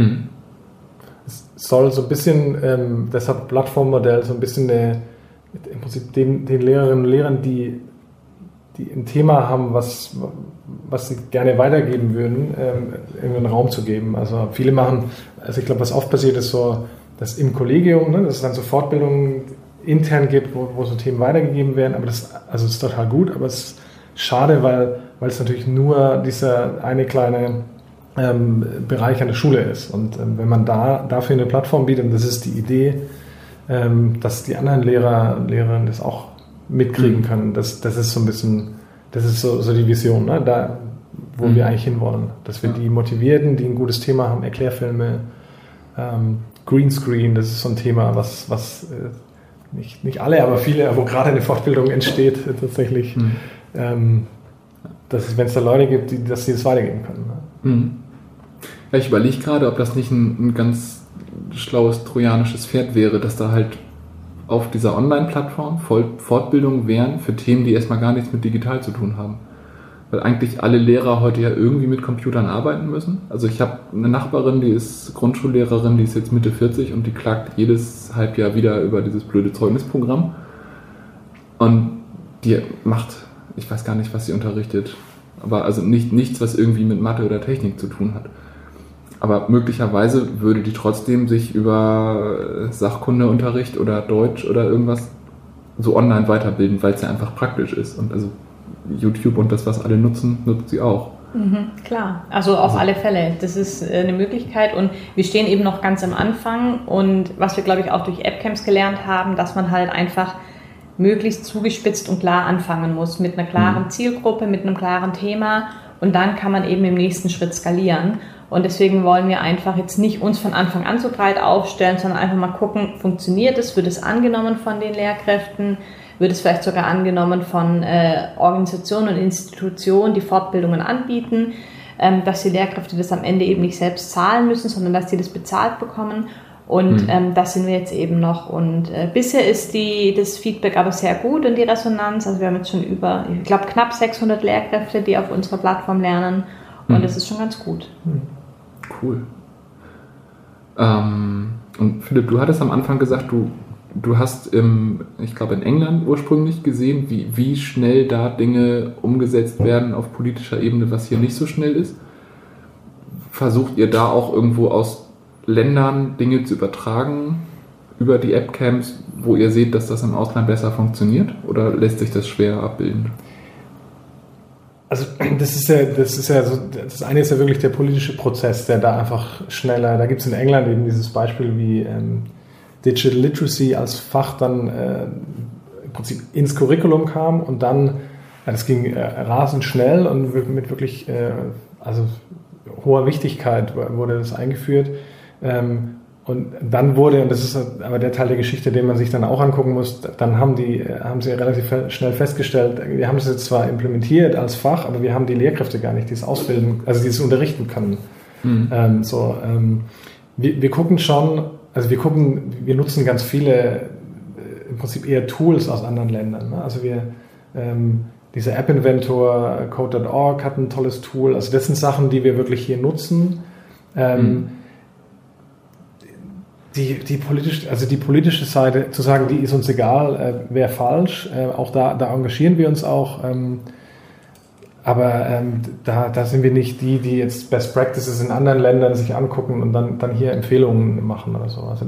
Speaker 3: Es soll so ein bisschen, deshalb Plattformmodell, so ein bisschen im Prinzip den Lehrerinnen und Lehrern, die ein Thema haben, was sie gerne weitergeben würden, irgendeinen Raum zu geben. Also viele machen, also ich glaube, was oft passiert ist so, dass im Kollegium, ne, dass es dann so Fortbildungen intern gibt, wo so Themen weitergegeben werden, aber das ist total gut, aber es ist schade, weil es natürlich nur dieser eine kleine Bereich an der Schule ist. Und wenn man dafür eine Plattform bietet, und das ist die Idee, dass die anderen Lehrer und Lehrerinnen das auch mitkriegen können. Das ist so ein bisschen, das ist so die Vision, ne? Da, wo wir eigentlich hinwollen. Dass wir die Motivierten, die ein gutes Thema haben, Erklärfilme, Greenscreen, das ist so ein Thema, was nicht alle, aber viele, wo gerade eine Fortbildung entsteht, tatsächlich, dass es, wenn es da Leute gibt, dass sie das weitergeben können. Ne?
Speaker 1: Ja, ich überlege gerade, ob das nicht ein ganz schlaues trojanisches Pferd wäre, dass da halt auf dieser Online-Plattform Fortbildungen wären für Themen, die erstmal gar nichts mit digital zu tun haben. Weil eigentlich alle Lehrer heute ja irgendwie mit Computern arbeiten müssen. Also ich habe eine Nachbarin, die ist Grundschullehrerin, die ist jetzt Mitte 40 und die klagt jedes Halbjahr wieder über dieses blöde Zeugnisprogramm. Und die macht, ich weiß gar nicht, was sie unterrichtet, aber also nichts, was irgendwie mit Mathe oder Technik zu tun hat. Aber möglicherweise würde die trotzdem sich über Sachkundeunterricht oder Deutsch oder irgendwas so online weiterbilden, weil es ja einfach praktisch ist. Und also YouTube und das, was alle nutzen, nutzt sie auch.
Speaker 2: Klar, also auf alle Fälle. Das ist eine Möglichkeit und wir stehen eben noch ganz am Anfang und was wir, glaube ich, auch durch AppCamps gelernt haben, dass man halt einfach möglichst zugespitzt und klar anfangen muss mit einer klaren Zielgruppe, mit einem klaren Thema und dann kann man eben im nächsten Schritt skalieren. Und deswegen wollen wir einfach jetzt nicht uns von Anfang an so breit aufstellen, sondern einfach mal gucken, funktioniert es, wird es angenommen von den Lehrkräften, wird es vielleicht sogar angenommen von Organisationen und Institutionen, die Fortbildungen anbieten, dass die Lehrkräfte das am Ende eben nicht selbst zahlen müssen, sondern dass sie das bezahlt bekommen. Und das sind wir jetzt eben noch. Und bisher ist das Feedback aber sehr gut und die Resonanz. Also wir haben jetzt schon ich glaube, knapp 600 Lehrkräfte, die auf unserer Plattform lernen. Und das ist schon ganz gut.
Speaker 1: Cool. Und Philipp, du hattest am Anfang gesagt, du hast, ich glaube in England ursprünglich gesehen, wie schnell da Dinge umgesetzt werden auf politischer Ebene, was hier nicht so schnell ist. Versucht ihr da auch irgendwo aus Ländern Dinge zu übertragen über die AppCamps, wo ihr seht, dass das im Ausland besser funktioniert? Oder lässt sich das schwer abbilden?
Speaker 3: Also das eine ist ja wirklich der politische Prozess, der da einfach schneller, da gibt es in England eben dieses Beispiel, wie Digital Literacy als Fach dann im Prinzip ins Curriculum kam und dann, das ging rasend schnell und mit wirklich, also hoher Wichtigkeit wurde das eingeführt. Und dann wurde, und das ist aber der Teil der Geschichte, den man sich dann auch angucken muss, dann haben sie relativ schnell festgestellt, wir haben das jetzt zwar implementiert als Fach, aber wir haben die Lehrkräfte gar nicht, die es ausbilden, also die es unterrichten können. Wir gucken schon, also wir nutzen ganz viele im Prinzip eher Tools aus anderen Ländern. Ne? Also dieser App Inventor, Code.org hat ein tolles Tool, also das sind Sachen, die wir wirklich hier nutzen. Die politische Seite, zu sagen, die ist uns egal, wäre falsch. Auch da engagieren wir uns auch. Aber da sind wir nicht die jetzt Best Practices in anderen Ländern sich angucken und dann hier Empfehlungen machen oder so. Also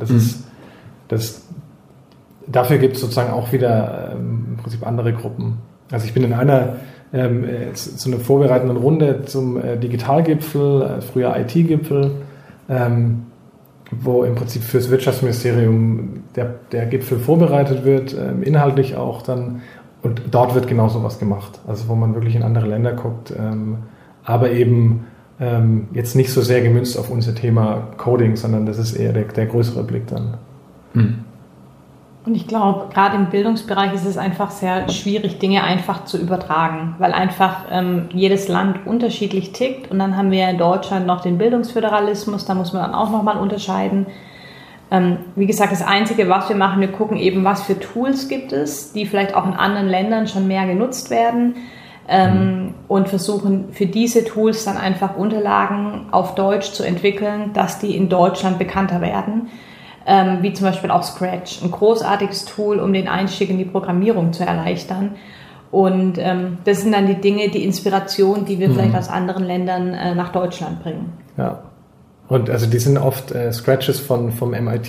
Speaker 3: dafür gibt es sozusagen auch wieder im Prinzip andere Gruppen. Also ich bin in einer so eine vorbereitenden Runde zum Digitalgipfel, früher IT-Gipfel, wo im Prinzip fürs Wirtschaftsministerium der Gipfel vorbereitet wird, inhaltlich auch dann, und dort wird genau sowas gemacht, also wo man wirklich in andere Länder guckt, aber eben jetzt nicht so sehr gemünzt auf unser Thema Coding, sondern das ist eher der größere Blick dann.
Speaker 2: Und ich glaube, gerade im Bildungsbereich ist es einfach sehr schwierig, Dinge einfach zu übertragen, weil einfach jedes Land unterschiedlich tickt. Und dann haben wir in Deutschland noch den Bildungsföderalismus, da muss man dann auch nochmal unterscheiden. Wie gesagt, das Einzige, was wir machen, wir gucken eben, was für Tools gibt es, die vielleicht auch in anderen Ländern schon mehr genutzt werden, und versuchen für diese Tools dann einfach Unterlagen auf Deutsch zu entwickeln, dass die in Deutschland bekannter werden. Wie zum Beispiel auch Scratch, ein großartiges Tool, um den Einstieg in die Programmierung zu erleichtern. Und das sind dann die Dinge, die Inspiration, die wir vielleicht aus anderen Ländern nach Deutschland bringen.
Speaker 3: Ja, und also die sind oft Scratches vom MIT,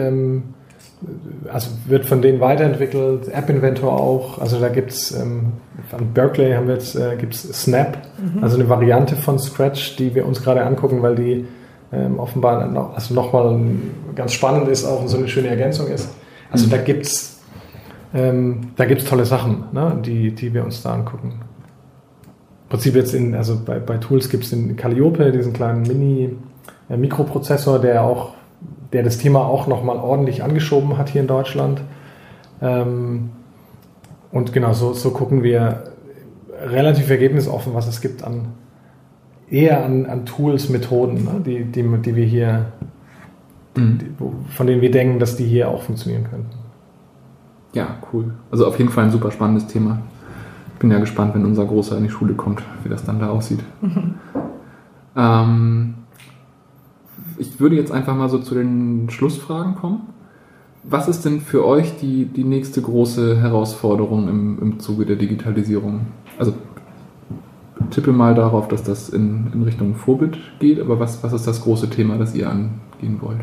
Speaker 3: also wird von denen weiterentwickelt, App Inventor auch, also da gibt's an Berkeley gibt's Snap, also eine Variante von Scratch, die wir uns gerade angucken, weil die offenbar nochmal ganz spannend ist auch und so eine schöne Ergänzung ist. Also da gibt's tolle Sachen, ne, die wir uns da angucken. Im Prinzip jetzt bei Tools gibt es den Calliope, diesen kleinen Mini-Mikroprozessor, der das Thema auch nochmal ordentlich angeschoben hat hier in Deutschland. Und genau, so gucken wir relativ ergebnisoffen, was es gibt an Tools, Methoden, ne, die wir hier, von denen wir denken, dass die hier auch funktionieren könnten.
Speaker 1: Ja, cool. Also auf jeden Fall ein super spannendes Thema. Ich bin ja gespannt, wenn unser Großer in die Schule kommt, wie das dann da aussieht. Ich würde jetzt einfach mal so zu den Schlussfragen kommen. Was ist denn für euch die nächste große Herausforderung im Zuge der Digitalisierung? Also tippe mal darauf, dass das in Richtung Vorbild geht, aber was ist das große Thema, das ihr angehen wollt?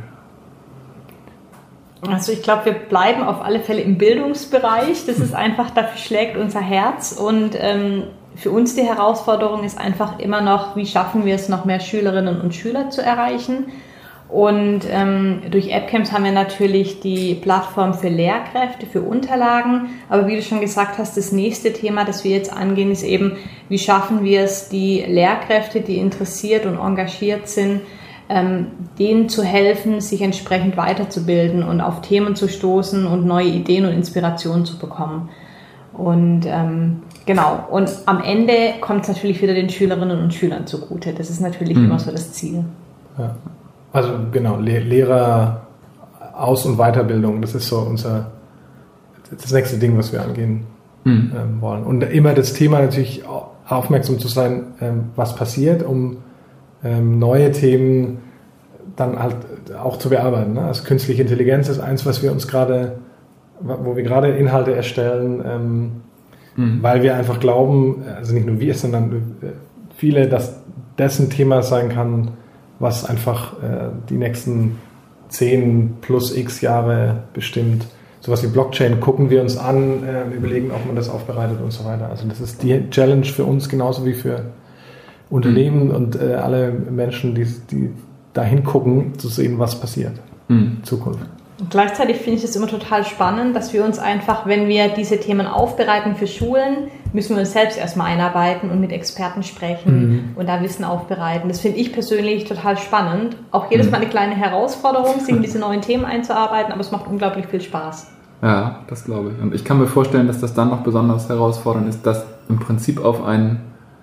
Speaker 2: Also ich glaube, wir bleiben auf alle Fälle im Bildungsbereich. Das ist einfach, dafür schlägt unser Herz. Und für uns die Herausforderung ist einfach immer noch, wie schaffen wir es, noch mehr Schülerinnen und Schüler zu erreichen. Und durch AppCamps haben wir natürlich die Plattform für Lehrkräfte, für Unterlagen. Aber wie du schon gesagt hast, das nächste Thema, das wir jetzt angehen, ist eben, wie schaffen wir es, die Lehrkräfte, die interessiert und engagiert sind, denen zu helfen, sich entsprechend weiterzubilden und auf Themen zu stoßen und neue Ideen und Inspirationen zu bekommen. Und genau, und am Ende kommt es natürlich wieder den Schülerinnen und Schülern zugute. Das ist natürlich immer so das Ziel.
Speaker 3: Ja. Also genau, Lehrer Aus- und Weiterbildung, das ist so das nächste Ding, was wir angehen wollen. Und immer das Thema natürlich aufmerksam zu sein, was passiert, um neue Themen dann halt auch zu bearbeiten. Ne? Also künstliche Intelligenz ist eins, wo wir gerade Inhalte erstellen, weil wir einfach glauben, also nicht nur wir, sondern viele, dass das ein Thema sein kann, was einfach die nächsten 10 plus x Jahre bestimmt. Sowas wie Blockchain gucken wir uns an, überlegen, ob man das aufbereitet und so weiter. Also das ist die Challenge für uns genauso wie für Unternehmen und alle Menschen, die da hingucken, zu sehen, was passiert in Zukunft.
Speaker 2: Und gleichzeitig finde ich es immer total spannend, dass wir uns einfach, wenn wir diese Themen aufbereiten für Schulen, müssen wir uns selbst erstmal einarbeiten und mit Experten sprechen und da Wissen aufbereiten. Das finde ich persönlich total spannend. Auch jedes Mal eine kleine Herausforderung, sich in diese neuen Themen einzuarbeiten, aber es macht unglaublich viel Spaß.
Speaker 1: Ja, das glaube ich. Und ich kann mir vorstellen, dass das dann noch besonders herausfordernd ist, das im Prinzip auf ein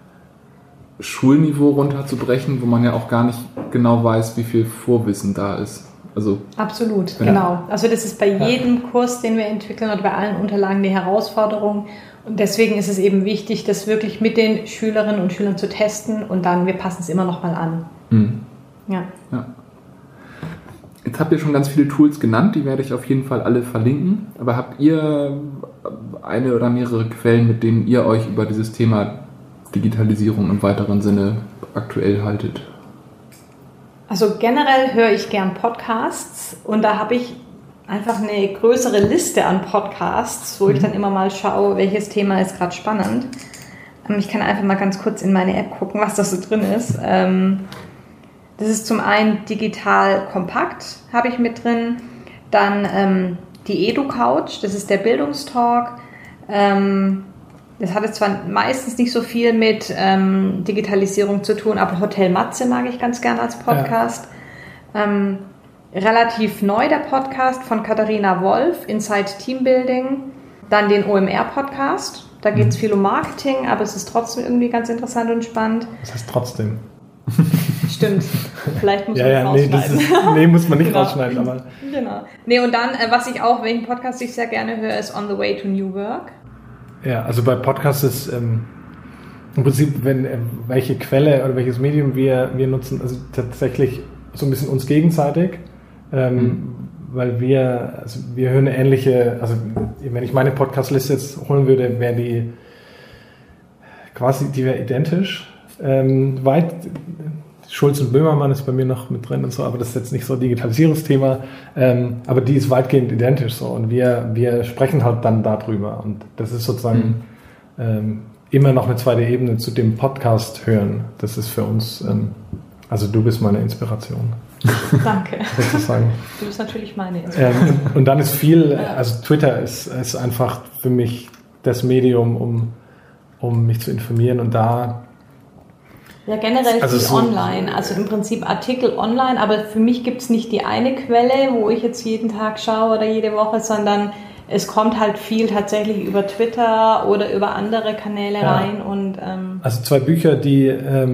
Speaker 1: Schulniveau runterzubrechen, wo man ja auch gar nicht genau weiß, wie viel Vorwissen da ist. Also,
Speaker 2: absolut, genau. Also das ist bei jedem Kurs, den wir entwickeln oder bei allen Unterlagen die Herausforderung. Und deswegen ist es eben wichtig, das wirklich mit den Schülerinnen und Schülern zu testen und dann, wir passen es immer noch mal an. Ja.
Speaker 1: Jetzt habt ihr schon ganz viele Tools genannt, die werde ich auf jeden Fall alle verlinken. Aber habt ihr eine oder mehrere Quellen, mit denen ihr euch über dieses Thema Digitalisierung im weiteren Sinne aktuell haltet?
Speaker 2: Also generell höre ich gern Podcasts und da habe ich einfach eine größere Liste an Podcasts, wo ich dann immer mal schaue, welches Thema ist gerade spannend. Ich kann einfach mal ganz kurz in meine App gucken, was da so drin ist. Das ist zum einen Digital Kompakt, habe ich mit drin. Dann die Edu-Couch, das ist der Bildungstalk. Das hat jetzt zwar meistens nicht so viel mit Digitalisierung zu tun, aber Hotel Matze mag ich ganz gerne als Podcast. Ja. Relativ neu der Podcast von Katharina Wolf, Inside Teambuilding. Dann den OMR-Podcast. Da geht es viel um Marketing, aber es ist trotzdem irgendwie ganz interessant und spannend.
Speaker 3: Das heißt trotzdem.
Speaker 2: Stimmt. Vielleicht muss man rausschneiden.
Speaker 3: Muss man nicht rausschneiden. Aber
Speaker 2: genau. Und dann, welchen Podcast ich sehr gerne höre, ist On the Way to New Work.
Speaker 3: Ja, also bei Podcasts ist im Prinzip, welche Quelle oder welches Medium wir nutzen, also tatsächlich so ein bisschen uns gegenseitig, weil wir hören eine ähnliche, also wenn ich meine Podcast-Liste jetzt holen würde, wäre die wäre identisch. Schulz und Böhmermann ist bei mir noch mit drin und so, aber das ist jetzt nicht so ein Digitalisierungsthema, aber die ist weitgehend identisch so und wir sprechen halt dann darüber und das ist sozusagen immer noch eine zweite Ebene zu dem Podcast hören. Das ist für uns, also du bist meine Inspiration.
Speaker 2: Danke.
Speaker 3: Sozusagen.
Speaker 2: Du bist natürlich meine Inspiration.
Speaker 3: Und dann ist viel, also Twitter ist einfach für mich das Medium, um mich zu informieren und da
Speaker 2: ja, generell
Speaker 3: also
Speaker 2: viel online, also im Prinzip Artikel online, aber für mich gibt es nicht die eine Quelle, wo ich jetzt jeden Tag schaue oder jede Woche, sondern es kommt halt viel tatsächlich über Twitter oder über andere Kanäle rein. Und
Speaker 3: also 2 Bücher, die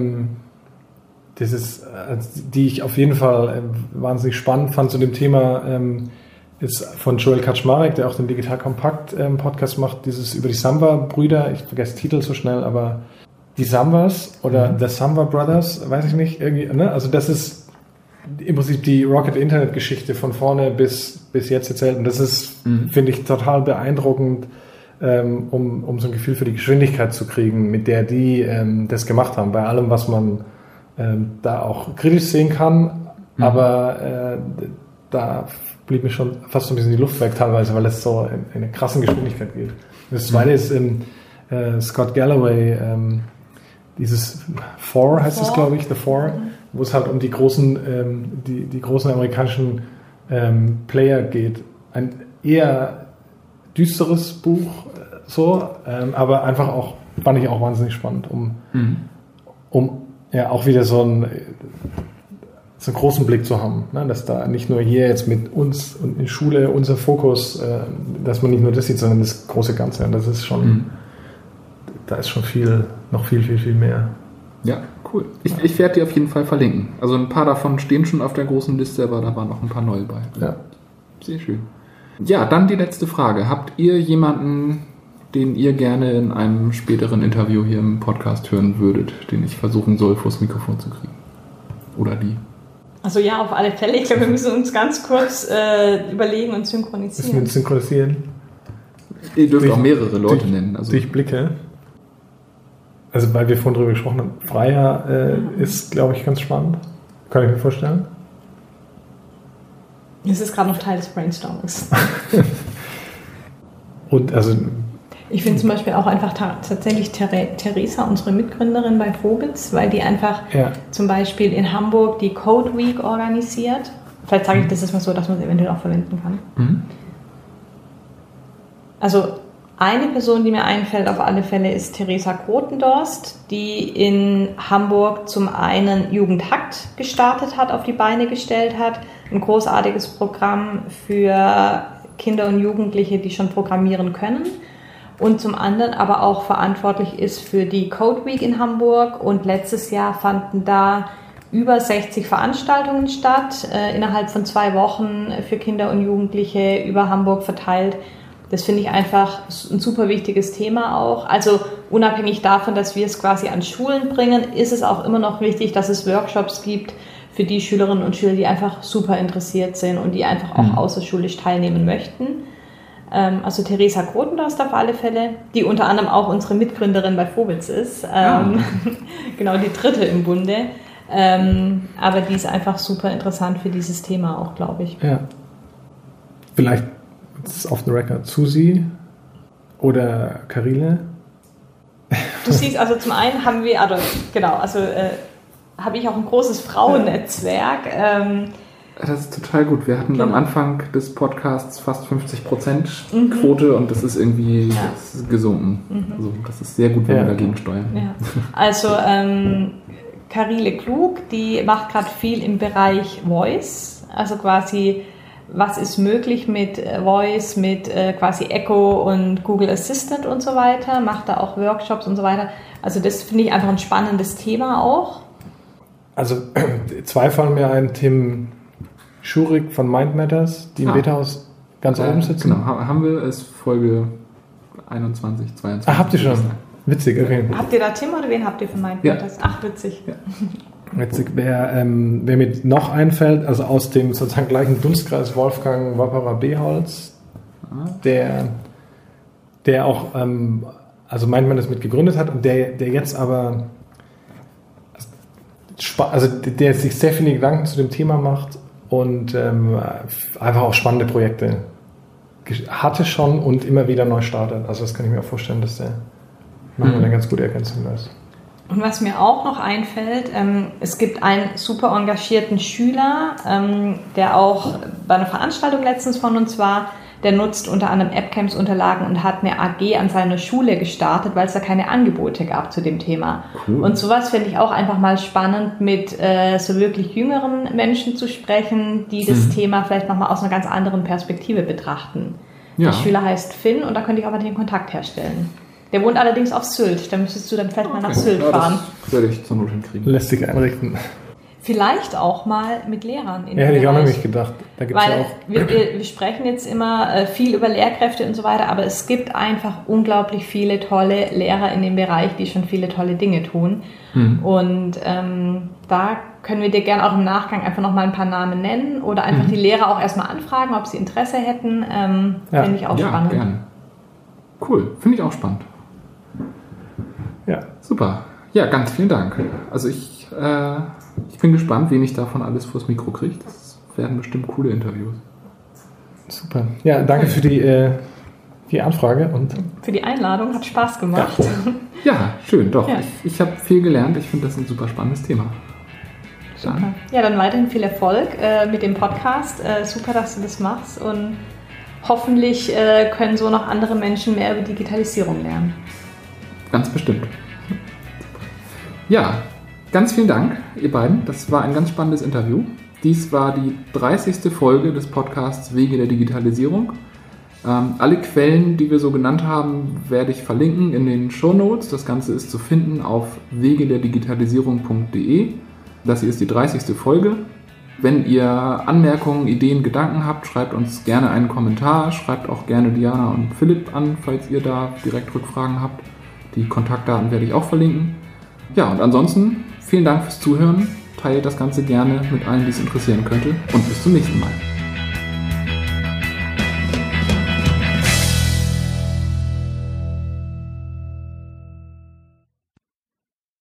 Speaker 3: ich auf jeden Fall wahnsinnig spannend fand zu dem Thema, ist von Joel Kaczmarek, der auch den Digital Kompakt Podcast macht, dieses über die Samba-Brüder, ich vergesse den Titel so schnell, aber die Sambas oder The Samba Brothers, weiß ich nicht, irgendwie, ne? Also das ist im Prinzip die Rocket-Internet-Geschichte von vorne bis jetzt erzählt und das ist, finde ich, total beeindruckend, um so ein Gefühl für die Geschwindigkeit zu kriegen, mit der die das gemacht haben, bei allem, was man da auch kritisch sehen kann, aber da blieb mir schon fast so ein bisschen die Luft weg teilweise, weil es so in einer krassen Geschwindigkeit geht. Das zweite ist Scott Galloway, dieses Four heißt es, glaube ich, The Four, wo es halt um die großen amerikanischen Player geht. Ein eher düsteres Buch, aber einfach auch, fand ich auch wahnsinnig spannend, um ja auch wieder so einen großen Blick zu haben, ne? Dass da nicht nur hier jetzt mit uns und in Schule unser Fokus, dass man nicht nur das sieht, sondern das große Ganze. Und das ist schon, da ist schon noch viel mehr.
Speaker 1: Ja, cool. Ich werde die auf jeden Fall verlinken. Also ein paar davon stehen schon auf der großen Liste, aber da waren noch ein paar neue bei.
Speaker 3: Ja.
Speaker 1: Sehr schön. Ja, dann die letzte Frage. Habt ihr jemanden, den ihr gerne in einem späteren Interview hier im Podcast hören würdet, den ich versuchen soll, vors Mikrofon zu kriegen? Oder die?
Speaker 2: Also ja, auf alle Fälle. Ich glaube, wir müssen uns ganz kurz überlegen und synchronisieren.
Speaker 3: Müssen wir uns synchronisieren?
Speaker 1: Ihr dürft auch mehrere Leute nennen. Also
Speaker 3: durch Blicke. Also weil wir vorhin drüber gesprochen haben, Freier ist, glaube ich, ganz spannend. Kann ich mir vorstellen.
Speaker 2: Es ist gerade noch Teil des Brainstormings.
Speaker 3: Und also
Speaker 2: ich finde zum Beispiel auch einfach tatsächlich Theresa, unsere Mitgründerin bei Vogels, weil die einfach zum Beispiel in Hamburg die Code Week organisiert Vielleicht sage ich das jetzt mal so, dass man es eventuell auch verwenden kann.
Speaker 1: Mhm.
Speaker 2: Also eine Person, die mir einfällt auf alle Fälle, ist Theresa Grotendorst, die in Hamburg zum einen Jugendhakt gestartet hat, auf die Beine gestellt hat. Ein großartiges Programm für Kinder und Jugendliche, die schon programmieren können. Und zum anderen aber auch verantwortlich ist für die Code Week in Hamburg. Und letztes Jahr fanden da über 60 Veranstaltungen statt, innerhalb von 2 Wochen für Kinder und Jugendliche über Hamburg verteilt. Das finde ich einfach ein super wichtiges Thema auch. Also unabhängig davon, dass wir es quasi an Schulen bringen, ist es auch immer noch wichtig, dass es Workshops gibt für die Schülerinnen und Schüler, die einfach super interessiert sind und die einfach auch außerschulisch teilnehmen möchten. Also Theresa Grotendorst auf alle Fälle, die unter anderem auch unsere Mitgründerin bei Vowitz ist. Genau, die dritte im Bunde. Aber die ist einfach super interessant für dieses Thema auch, glaube ich.
Speaker 3: Ja. Vielleicht off the record Susi oder Karile.
Speaker 2: Du siehst, also zum einen haben wir, habe ich auch ein großes Frauennetzwerk.
Speaker 1: Das ist total gut. Wir hatten am Anfang des Podcasts fast 50% Quote und das ist irgendwie das ist gesunken. Also das ist sehr gut, wenn wir dagegen steuern.
Speaker 2: Ja. Also Karile Klug, die macht gerade viel im Bereich Voice, also quasi was ist möglich mit Voice, mit quasi Echo und Google Assistant und so weiter, macht da auch Workshops und so weiter. Also das finde ich einfach ein spannendes Thema auch.
Speaker 3: Also 2 fallen mir ein, Tim Schurig von Mind Matters, die im Beta-Haus ganz oben sitzen.
Speaker 1: Genau, haben wir, ist Folge 21, 22.
Speaker 3: Ah, habt ihr schon? Witzig, okay.
Speaker 2: Habt ihr da Tim oder wen habt ihr von Mind Matters? Ach, witzig. Ja.
Speaker 3: Witzig, wer mir noch einfällt, also aus dem sozusagen gleichen Dunstkreis, Wolfgang Wapperer-Beholz, der auch, also meint man das mit gegründet hat und der jetzt aber, also der sich sehr viele Gedanken zu dem Thema macht und einfach auch spannende Projekte hatte schon und immer wieder neu startet. Also das kann ich mir auch vorstellen, dass der eine ganz gute Ergänzung ist.
Speaker 2: Und was mir auch noch einfällt, es gibt einen super engagierten Schüler, der auch bei einer Veranstaltung letztens von uns war, der nutzt unter anderem AppCamps-Unterlagen und hat eine AG an seiner Schule gestartet, weil es da keine Angebote gab zu dem Thema. Cool. Und sowas finde ich auch einfach mal spannend, mit so wirklich jüngeren Menschen zu sprechen, die das Thema vielleicht nochmal aus einer ganz anderen Perspektive betrachten. Ja. Der Schüler heißt Finn und da könnte ich auch mal den Kontakt herstellen. Der wohnt allerdings auf Sylt. Da müsstest du dann vielleicht mal nach Sylt fahren.
Speaker 1: Das werde ich zur Not hinkriegen.
Speaker 3: Lässt sich einrichten.
Speaker 2: Vielleicht auch mal mit Lehrern.
Speaker 3: Ja, hätte ich auch nämlich gedacht. Da gibt's
Speaker 2: weil
Speaker 3: ja auch.
Speaker 2: Wir sprechen jetzt immer viel über Lehrkräfte und so weiter, aber es gibt einfach unglaublich viele tolle Lehrer in dem Bereich, die schon viele tolle Dinge tun. Und da können wir dir gerne auch im Nachgang einfach nochmal ein paar Namen nennen oder einfach die Lehrer auch erstmal anfragen, ob sie Interesse hätten. Finde ich auch spannend.
Speaker 1: Gerne. Cool, finde ich auch spannend.
Speaker 3: Ja.
Speaker 1: Super. Ja, ganz vielen Dank. Also ich bin gespannt, wen ich davon alles vors Mikro kriege. Das werden bestimmt coole Interviews.
Speaker 3: Super. Ja, danke für die Anfrage und
Speaker 2: für die Einladung. Hat Spaß gemacht.
Speaker 1: Ja, schön, doch. Ja. Ich habe viel gelernt. Ich finde das ein super spannendes Thema.
Speaker 2: Super. Ja, dann weiterhin viel Erfolg mit dem Podcast. Super, dass du das machst und hoffentlich können so noch andere Menschen mehr über Digitalisierung lernen.
Speaker 1: Ganz bestimmt. Ja, ganz vielen Dank, ihr beiden. Das war ein ganz spannendes Interview. Dies war die 30. Folge des Podcasts Wege der Digitalisierung. Alle Quellen, die wir so genannt haben, werde ich verlinken in den Shownotes. Das Ganze ist zu finden auf wegederdigitalisierung.de. Das hier ist die 30. Folge. Wenn ihr Anmerkungen, Ideen, Gedanken habt, schreibt uns gerne einen Kommentar. Schreibt auch gerne Diana und Philipp an, falls ihr da direkt Rückfragen habt. Die Kontaktdaten werde ich auch verlinken. Ja, und ansonsten vielen Dank fürs Zuhören. Teilt das Ganze gerne mit allen, die es interessieren könnte. Und bis zum nächsten Mal.